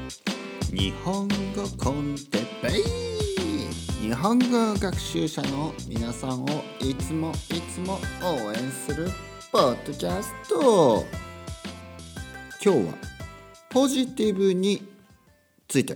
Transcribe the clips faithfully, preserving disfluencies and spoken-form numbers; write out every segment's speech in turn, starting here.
日本語コンテッペイ。日本語学習者の皆さんをいつもいつも応援するポッドキャスト。今日はポジティブについて。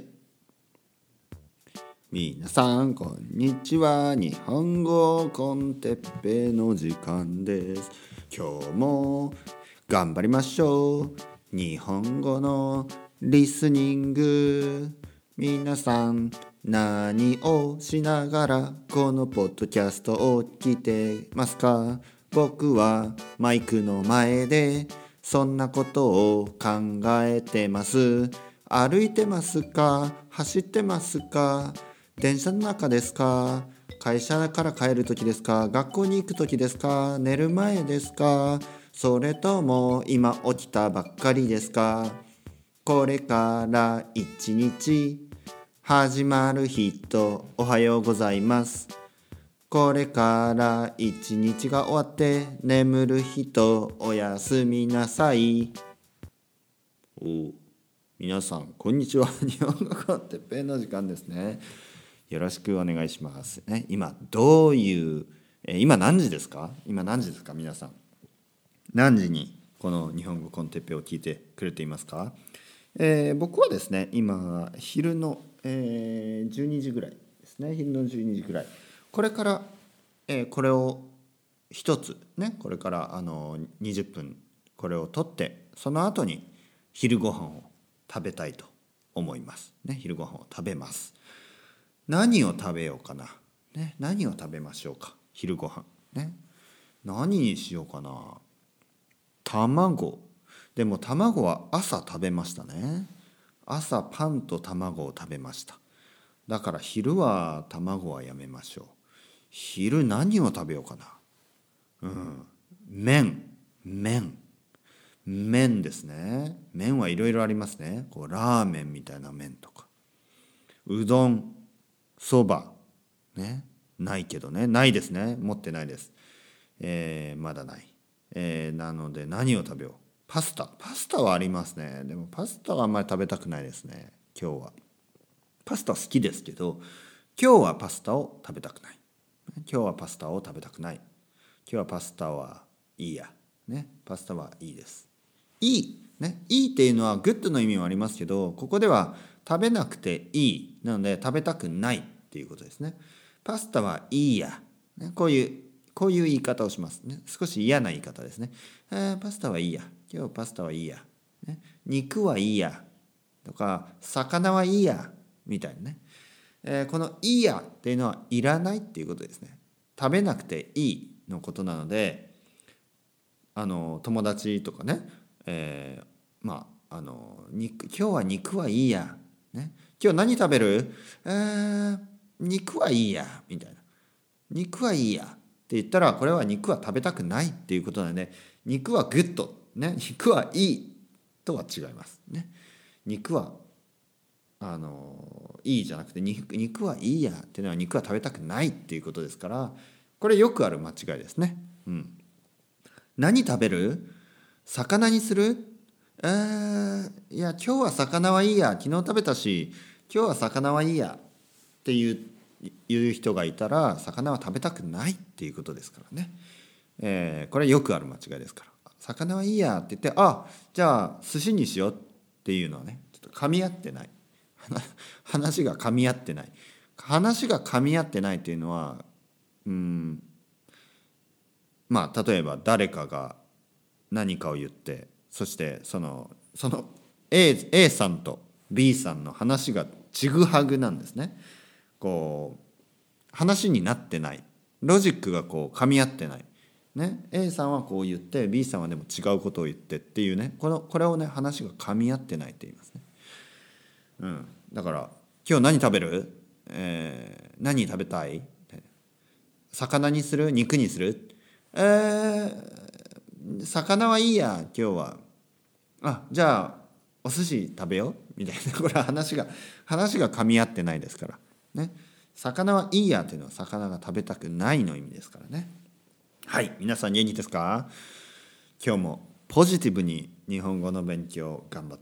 皆さんこんにちは。日本語コンテッペイの時間です。今日も頑張りましょう。日本語のリスニング。皆さん何をしながらこのポッドキャストを聞いてますか？僕はマイクの前でそんなことを考えてます。歩いてますか？走ってますか？電車の中ですか？会社から帰るときですか？学校に行くときですか？寝る前ですか？それとも今起きたばっかりですか？これから一日始まる人、おはようございます。これから一日が終わって眠る人、おやすみなさい。お皆さんこんにちは。日本語コンテッペイの時間ですね。よろしくお願いします、ね、今どういう、えー、今何時ですか？今何時ですか？皆さん何時にこの日本語コンテッペイを聞いてくれていますか？えー、僕はですね今昼の、えー、じゅうにじぐらいですね。昼のじゅうにじぐらいこれから、えー、これを一つねこれからあのにじゅっぷんこれを取ってその後に昼ご飯を食べたいと思いますね。昼ご飯を食べます。何を食べようかな、ね、何を食べましょうか？昼ご飯ね。何にしようかな。卵。でも卵は朝食べましたね。朝パンと卵を食べました。だから昼は卵はやめましょう。昼何を食べようかな。うん麺麺麺ですね。麺はいろいろありますね。こうラーメンみたいな麺とかうどんそばね。ないけどね。ないですね。持ってないです。えー、まだない。えー、なので何を食べよう。パスタ。パスタはありますね。でもパスタはあんまり食べたくないですね。今日は。パスタ好きですけど、今日はパスタを食べたくない。今日はパスタを食べたくない。今日はパスタはいいや。ね。パスタはいいです。いい。ね。いいっていうのはグッドの意味はありますけど、ここでは食べなくていい。なので食べたくないっていうことですね。パスタはいいや。ね、こういうこういう言い方をしますね。少し嫌な言い方ですね。えー、パスタはいいや。今日パスタはいいや。ね、肉はいいや。とか、魚はいいや。みたいなね。えー、このいいやっていうのはいらないっていうことですね。食べなくていいのことなので、あの友達とかね、えー、まああの肉今日は肉はいいや。ね、今日何食べる？えー、肉はいいや。みたいな。肉はいいや。って言ったらこれは肉は食べたくないっていうことなので、肉はグッド、ね、肉はいいとは違いますね。肉はあのいいじゃなくて 肉, 肉はいいやっていうのは肉は食べたくないっていうことですから、これよくある間違いですね。うん、何食べる？魚にする？えー、いや今日は魚はいいや。昨日食べたし今日は魚はいいやっていう言う人がいたら魚は食べたくないっていうことですからね。えー、これよくある間違いですから。魚はいいやって言って、あじゃあ寿司にしようっていうのはねちょっと噛み合ってない。話が噛み合ってない話が噛み合ってないっていうのは、うんまあ例えば誰かが何かを言って、そしてそのその A, A さんと B さんの話がちぐはぐなんですね。こう話になってない。ロジックがこう噛み合ってない。ね、A さんはこう言って B さんはでも違うことを言ってっていうね、このこれをね話が噛み合ってないって言いますね。うん、だから今日何食べる？えー、何食べたい？魚にする？肉にする？えー、魚はいいや今日は。あじゃあお寿司食べようみたいな。これは話が話が噛み合ってないですからね。魚はいいやというのは魚が食べたくないの意味ですからね。はい、皆さん元気ですか？今日もポジティブに日本語の勉強頑張って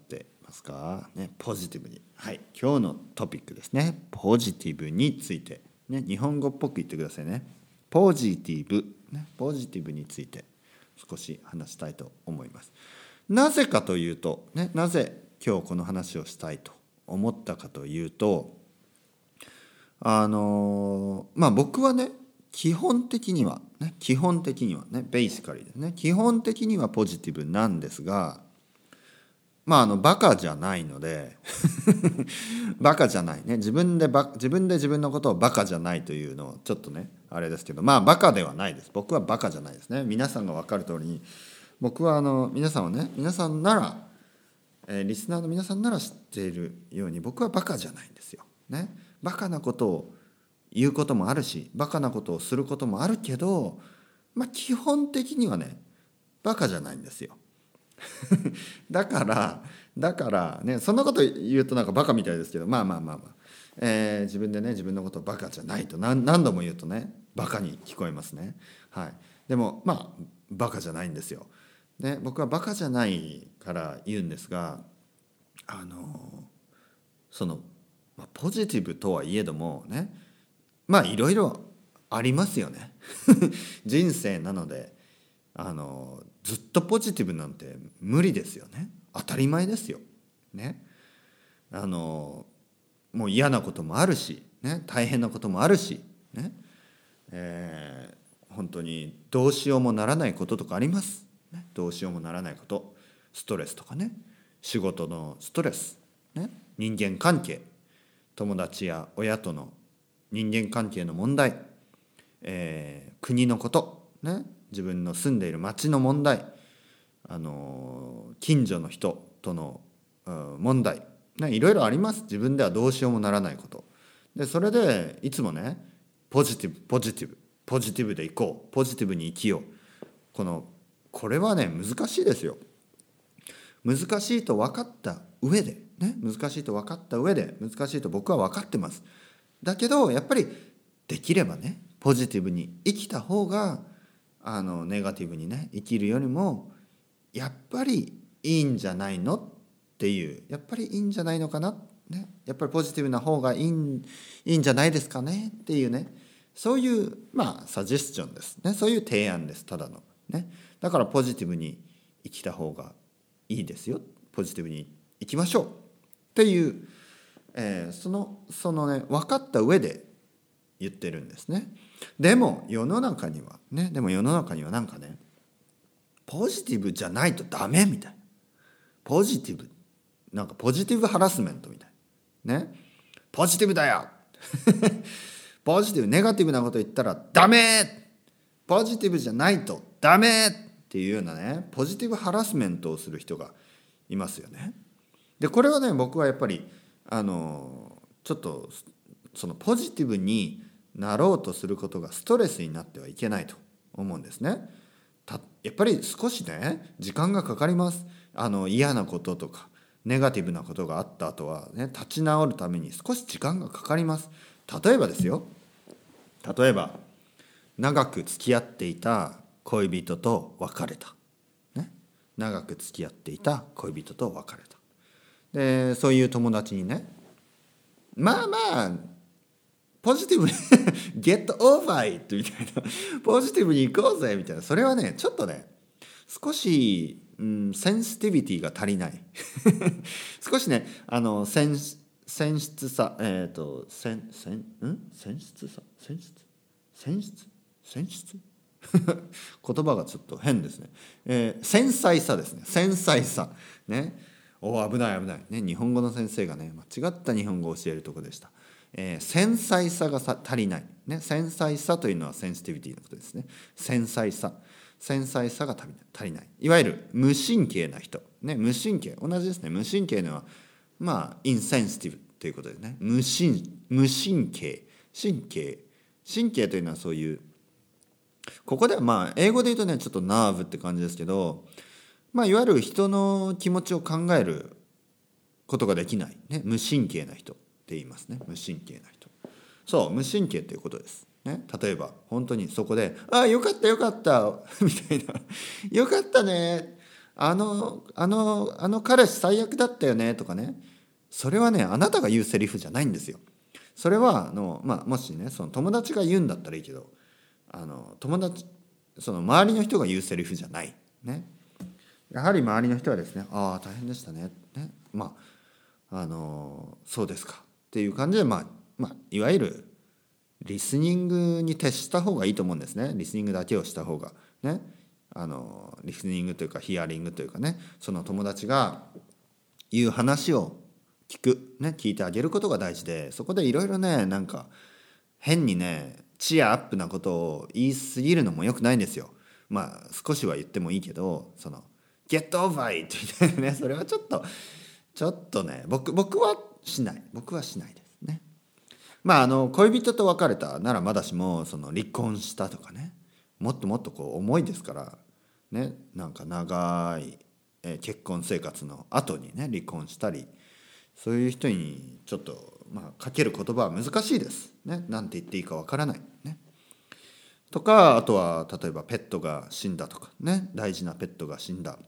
ますか、ね、ポジティブに。はい、今日のトピックですね。ポジティブについて、ね、日本語っぽく言ってくださいね。ポジティブ、ね、ポジティブについて少し話したいと思います。なぜかというと、ね、なぜ今日この話をしたいと思ったかというと、あのまあ僕はね、基本的にはね基本的にはねベーシカリーですね、基本的にはポジティブなんですが、まああのバカじゃないのでバカじゃないね、自分でバ自分で自分のことをバカじゃないというのをちょっとねあれですけど、まあバカではないです。僕はバカじゃないですね。皆さんが分かる通りに、僕はあの皆さんはね、皆さんなら、えー、リスナーの皆さんなら知っているように、僕はバカじゃないんですよ。ね、バカなことを言うこともあるし、バカなことをすることもあるけど、まあ基本的にはねバカじゃないんですよ。だからだからね、そんなこと言うとなんかバカみたいですけど、まあまあまあまあ、えー、自分でね自分のことをバカじゃないと何何度も言うとねバカに聞こえますね。はい、でもまあバカじゃないんですよ。ね、僕はバカじゃないから言うんですが、あのその、まあ、ポジティブとはいえどもね、まあいろいろありますよね。人生なので、あのずっとポジティブなんて無理ですよね。当たり前ですよ。ね、あのもう嫌なこともあるし、ね、大変なこともあるし、ねえー、本当にどうしようもならないこととかあります。ね、どうしようもならないこと、ストレスとかね、仕事のストレス、ね、人間関係、友達や親との人間関係の問題、えー、国のこと、ね、自分の住んでいる町の問題、あの近所の人との問題、ね、いろいろあります。自分ではどうしようもならないことで、それでいつもねポジティブポジティブポジティブでいこう、ポジティブに生きよう、このこれはね難しいですよ。難しいと分かった上でね、難しいと分かった上で難しいと僕は分かってます。だけどやっぱりできればねポジティブに生きた方が、あのネガティブにね生きるよりもやっぱりいいんじゃないのっていう、やっぱりいいんじゃないのかな、ね、やっぱりポジティブな方がいいん、いいんじゃないですかねっていうね、そういうまあサジェスチョンですね、そういう提案です、ただのね。だからポジティブに生きた方がいいですよ、ポジティブに生きましょうっていう、えー、そのそのね分かった上で言ってるんですね。でも世の中にはねでも世の中にはなんかねポジティブじゃないとダメみたいな、ポジティブなんかポジティブハラスメントみたいなね、ポジティブだよポジティブネガティブなこと言ったらダメ、ポジティブじゃないとダメっていうようなねポジティブハラスメントをする人がいますよね。でこれはね僕はやっぱりあのちょっとそのポジティブになろうとすることがストレスになってはいけないと思うんですね。たやっぱり少しね時間がかかります。あの嫌なこととかネガティブなことがあった後はね立ち直るために少し時間がかかります。例えばですよ、例えば長く付き合っていた恋人と別れた、ね、長く付き合っていた恋人と別れた。でそういう友達にね、まあまあポジティブにゲットオーバーイットみたいな、ポジティブに行こうぜみたいな、それはねちょっとね少し、うん、センシティビティが足りない少しねあのセン繊質さ、えっ、ー、とセンセンん繊質さ繊質繊質繊質言葉がちょっと変ですね、えー、繊細さですね、繊細さね、お危ない危ないね、日本語の先生がね間違った日本語を教えるところでした。えー、繊細さがさ足りない、ね、繊細さというのはセンシティビティのことですね。繊細さ繊細さが足りない、足りない、いわゆる無神経な人、ね、無神経同じですね。無神経のはまあインセンシティブということでね、無神無神経神経神経というのはそういう、ここではまあ英語で言うとねちょっとナーブって感じですけど、まあいわゆる人の気持ちを考えることができない、ね、無神経な人って言いますね。無神経な人、そう無神経ということです、ね、例えば本当にそこで「ああよかったよかった」みたいな「よかったねあのあのあの彼氏最悪だったよねとかね、それはねあなたが言うセリフじゃないんですよ。それはあの、まあ、もしねその友達が言うんだったらいいけど、あの友達その周りの人が言うセリフじゃないね。やはり周りの人はですね、ああ大変でしたね、ね、まああのそうですかっていう感じで、まあまあ、いわゆるリスニングに徹した方がいいと思うんですね。リスニングだけをした方がね、あのリスニングというかヒアリングというかね、その友達が言う話を聞く、ね、聞いてあげることが大事で、そこでいろいろねなんか変にねチアアップなことを言い過ぎるのもよくないんですよ。まあ少しは言ってもいいけど、そのゲットオーバーイって言ってね、それはちょっとちょっとね僕僕はしない僕はしないですね。まああの恋人と別れたならまだしも、その離婚したとかね、もっともっとこう重いですからね、なんか長い、えー結婚生活の後にね離婚したり、そういう人にちょっとまあかける言葉は難しいですね。なんて言っていいかわからないね。とか、あとは例えばペットが死んだとかね、大事なペットが死んだ、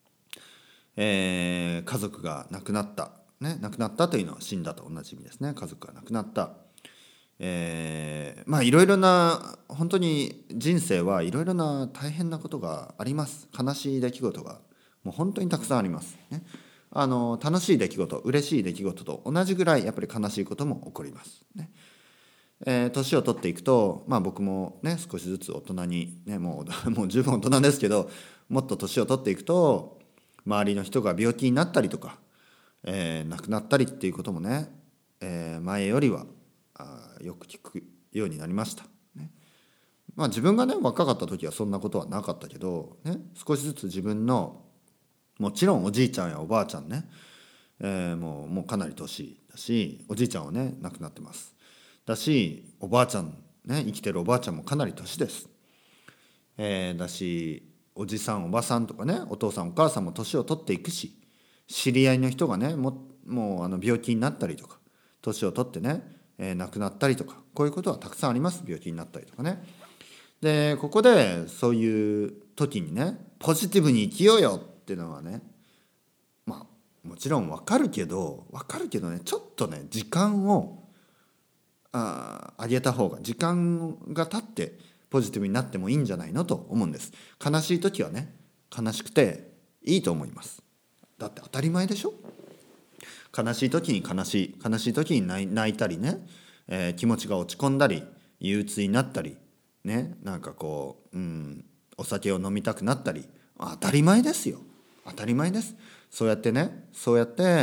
えー家族が亡くなった、ね、亡くなったというのは死んだと同じ意味ですね。家族が亡くなった、えーまあいろいろな、本当に人生はいろいろな大変なことがあります。悲しい出来事がもう本当にたくさんあります、ね。あの楽しい出来事、嬉しい出来事と同じぐらいやっぱり悲しいことも起こりますね。えー年を取っていくと、まあ僕もね少しずつ大人にね、もうもう十分大人ですけど、もっと年を取っていくと周りの人が病気になったりとか、えー亡くなったりっていうこともね、えー前よりはあーよく聞くようになりましたね。まあ自分がね若かった時はそんなことはなかったけどね、少しずつ自分の、もちろんおじいちゃんやおばあちゃんね、えーもうもうかなり年だし、おじいちゃんはね亡くなってますだし、おばあちゃんね、生きてるおばあちゃんもかなり年です、えーだし、おじさんおばさんとかね、お父さんお母さんも年を取っていくし、知り合いの人がねももうあの病気になったりとか、年を取ってね、えー亡くなったりとか、こういうことはたくさんあります。病気になったりとかね。でここでそういう時にねポジティブに生きようよっていうのはね、まあもちろんわかるけどわかるけどね、ちょっとね時間をあー上げた方が、時間が経ってポジティブになってもいいんじゃないのと思うんです。悲しい時はね悲しくていいと思います。だって当たり前でしょ。悲しい時に悲しい悲しい時に泣いたりね、えー気持ちが落ち込んだり憂鬱になったりね、なんかこう、うん、お酒を飲みたくなったり、当たり前ですよ。当たり前です。そうやってねそうやって、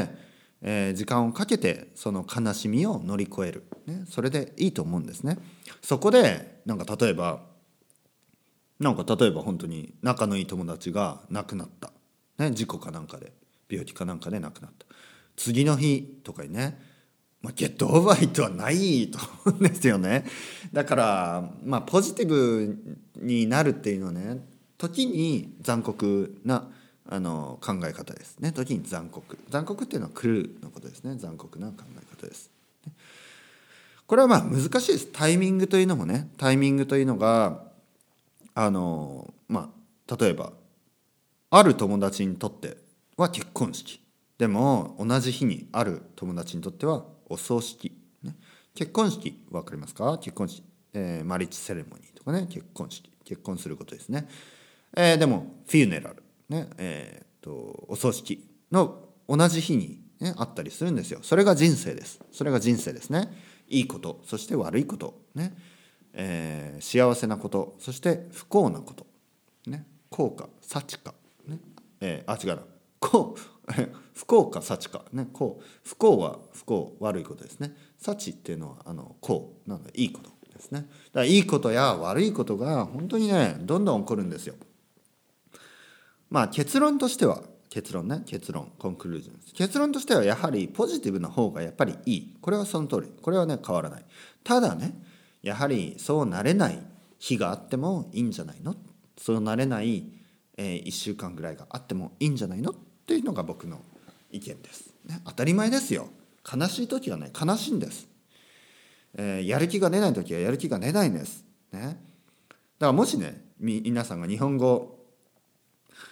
えー時間をかけてその悲しみを乗り越える、ね、それでいいと思うんですね。そこでなんか例えばなんか例えば本当に仲のいい友達が亡くなった、ね、事故かなんかで病気かなんかで亡くなった、次の日とかにね、まあ、ゲットオーバーイットはないと思うんですよね。だからまあポジティブになるっていうのはね、時に残酷なあの考え方ですね。時に残酷残酷っていうのは狂うのことですね。残酷な考え方です。これはまあ難しいです。タイミングというのもね、タイミングというのがあのまあ例えばある友達にとっては結婚式でも、同じ日にある友達にとってはお葬式、ね、結婚式分かりますか？結婚式、えーマリッジセレモニーとかね、結婚式、結婚することですね。えーでもフィーネラル、ねえーっとお葬式の同じ日に、ね、あったりするんですよ。それが人生です。それが人生ですね。いいこと、そして悪いこと、ねえー幸せなこと、そして不幸なこと、ね、幸か幸か、ねえー、あ違うな幸不幸か幸か、ね、幸不幸は不幸悪いことですね。幸っていうのはあの幸なのでいいことですね。だからいいことや悪いことが本当にねどんどん起こるんですよ。まあ結論としては結論ね結論コンクルージョンです。結論としてはやはりポジティブな方がやっぱりいい。これはその通り。これはね変わらない。ただねやはりそうなれない日があってもいいんじゃないの。そうなれない、えー、いっしゅうかんぐらいがあってもいいんじゃないのっていうのが僕の意見です、ね、当たり前ですよ。悲しい時はね悲しいんです、えーやる気が出ない時はやる気が出ないんです、ね、だからもしねみ皆さんが日本語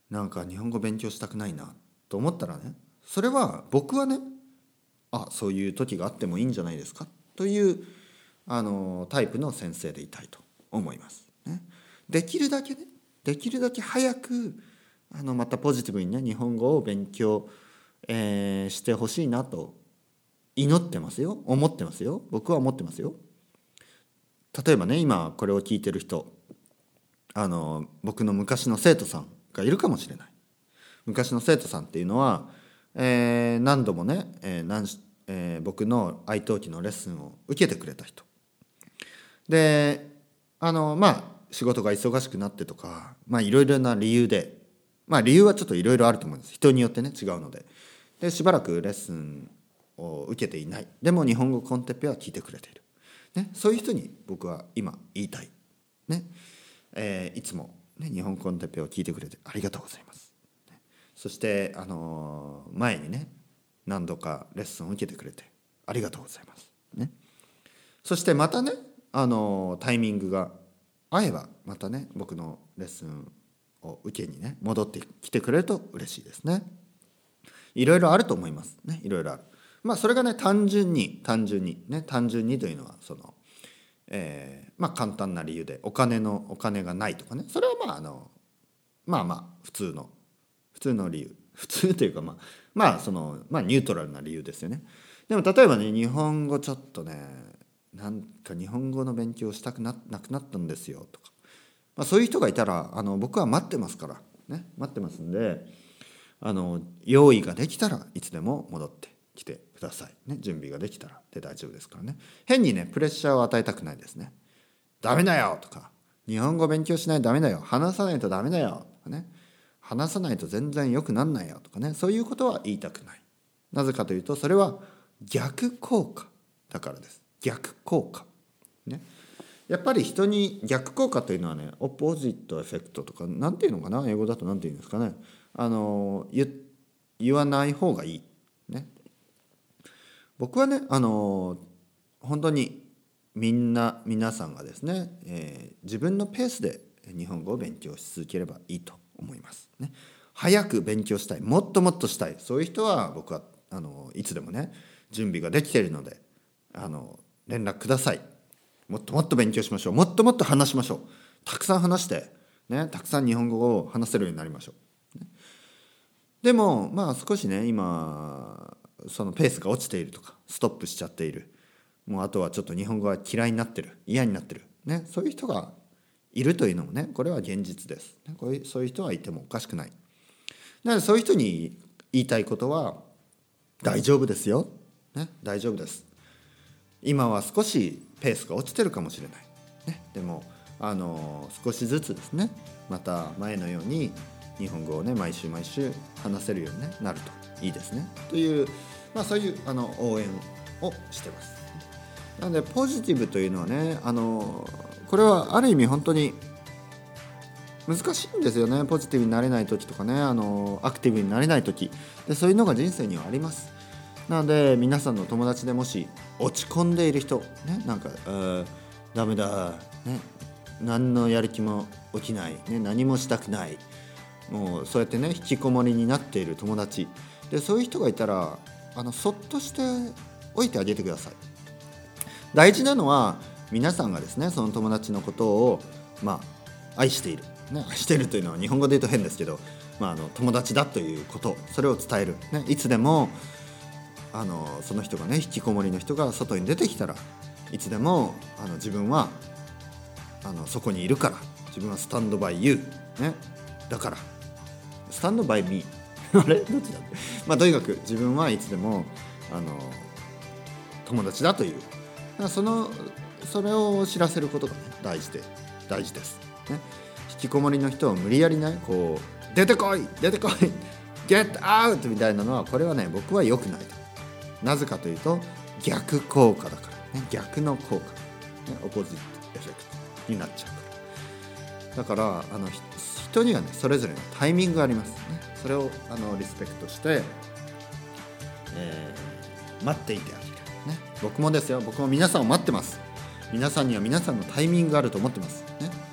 なんか日本語勉強したくないなと思ったらね、それは僕はね、あ、そういう時があってもいいんじゃないですかというあのタイプの先生でいたいと思います、ね、できるだけねできるだけ早くあのまたポジティブにね日本語を勉強、えーしてほしいなと祈ってますよ、思ってますよ、僕は思ってますよ。例えばね、今これを聞いてる人、あの僕の昔の生徒さんがいるかもしれない。昔の生徒さんっていうのは、えー何度もね、えー何しえー僕の愛登記のレッスンを受けてくれた人で、あのまあ仕事が忙しくなってとか、まあいろいろな理由で、まあ理由はちょっといろいろあると思うんです。人によってね違うので、でしばらくレッスンを受けていない。でも日本語コンテッペは聞いてくれている、ね、そういう人に僕は今言いたい、ねえーいつも、ね、日本語コンテッペを聞いてくれてありがとうございます。そして、あのー前にね何度かレッスンを受けてくれてありがとうございます、ね、そしてまたね、あのータイミングが合えばまたね僕のレッスンを受けにね戻ってきてくれると嬉しいですね。いろいろあると思いますね。いろいろある。まあそれがね単純に単純にね単純にというのはその、えーまあ簡単な理由でお金のお金がないとかね、それはまああのまあまあ普通の普通の理由、普通というかまあまあそのまあニュートラルな理由ですよね。でも例えばね日本語ちょっとねなんか日本語の勉強したくななくなったんですよとか、まあ、そういう人がいたらあの僕は待ってますからね、待ってますんで、あの用意ができたらいつでも戻ってきてください、ね、準備ができたらで大丈夫ですからね。変にねプレッシャーを与えたくないですね。ダメだよとか、日本語勉強しないとダメだよ、話さないとダメだよとかね、話さないと全然良くなんないよとかね、そういうことは言いたくない。なぜかというとそれは逆効果だからです。逆効果ね。やっぱり人に逆効果というのはね、オポジットエフェクトとかなんていうのかな、英語だとなんていうんですかね、あの言言わない方がいいね。僕はね、あの本当にみんな皆さんがですね、えー自分のペースで日本語を勉強し続ければいいと思いますね。早く勉強したい、もっともっとしたい、そういう人は僕はあのいつでもね準備ができているので、あの連絡ください。もっともっと勉強しましょう。もっともっと話しましょう。たくさん話して、ね、たくさん日本語を話せるようになりましょう。ね、でもまあ少しね今そのペースが落ちているとかストップしちゃっている、もうあとはちょっと日本語が嫌いになってる、嫌になってる、ね、そういう人がいるというのもね、これは現実です。こういうそういう人はいてもおかしくない。なのでそういう人に言いたいことは大丈夫ですよ、ね、大丈夫です。今は少しペースが落ちてるかもしれない、ね、でもあの少しずつですねまた前のように日本語をね毎週毎週話せるように、ね、なるといいですねという、まあ、そういうあの応援をしてます。なのでポジティブというのはね、あのこれはある意味本当に難しいんですよね。ポジティブになれない時とかね、あのアクティブになれない時で、そういうのが人生にはあります。なので皆さんの友達でもし落ち込んでいる人、ね、なんかダメだ、ね、何のやる気も起きない、ね、何もしたくない、もうそうやってね引きこもりになっている友達で、そういう人がいたらあのそっとしておいてあげてください。大事なのは皆さんがですねその友達のことを、まあ、愛している、ね、愛しているというのは日本語で言うと変ですけど、まあ、あの友達だということ、それを伝える、ね、いつでもあのその人がね引きこもりの人が外に出てきたらいつでもあの自分はあのそこにいるから、自分はスタンドバイユー、ね、だからスタンドバイミーあれどっちだって、まあ、とにかく自分はいつでもあの友達だという、そのそれを知らせることが、ね、大事で大事です、ね、引きこもりの人を無理やりねこう出てこい出てこいゲットアウトみたいなのはこれはね僕は良くないと。なぜかというと逆効果だから、ね、逆の効果、ね、オポジットエフェクトになっちゃうから。だからあの人にはねそれぞれのタイミングがあります、ね、それをあのリスペクトして、えー、待っていてあげる、ね、僕もですよ、僕も皆さんを待ってます。皆さんには皆さんのタイミングがあると思ってます、ね、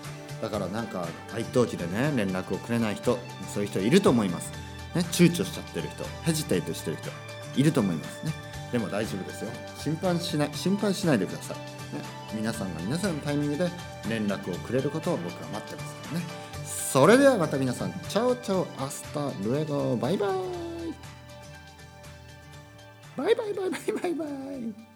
だからなんか愛登記でね連絡をくれない人、そういう人いると思います、ね、躊躇しちゃってる人、ヘジテイトしてる人いると思いますね。でも大丈夫ですよ。心配しない心配しないでください、ね、皆さんが皆さんのタイミングで連絡をくれることを僕は待ってますからね。それではまた皆さん、チャオチャオ、アスタルエゴ、バイバイバイバイバイバイバイバイ。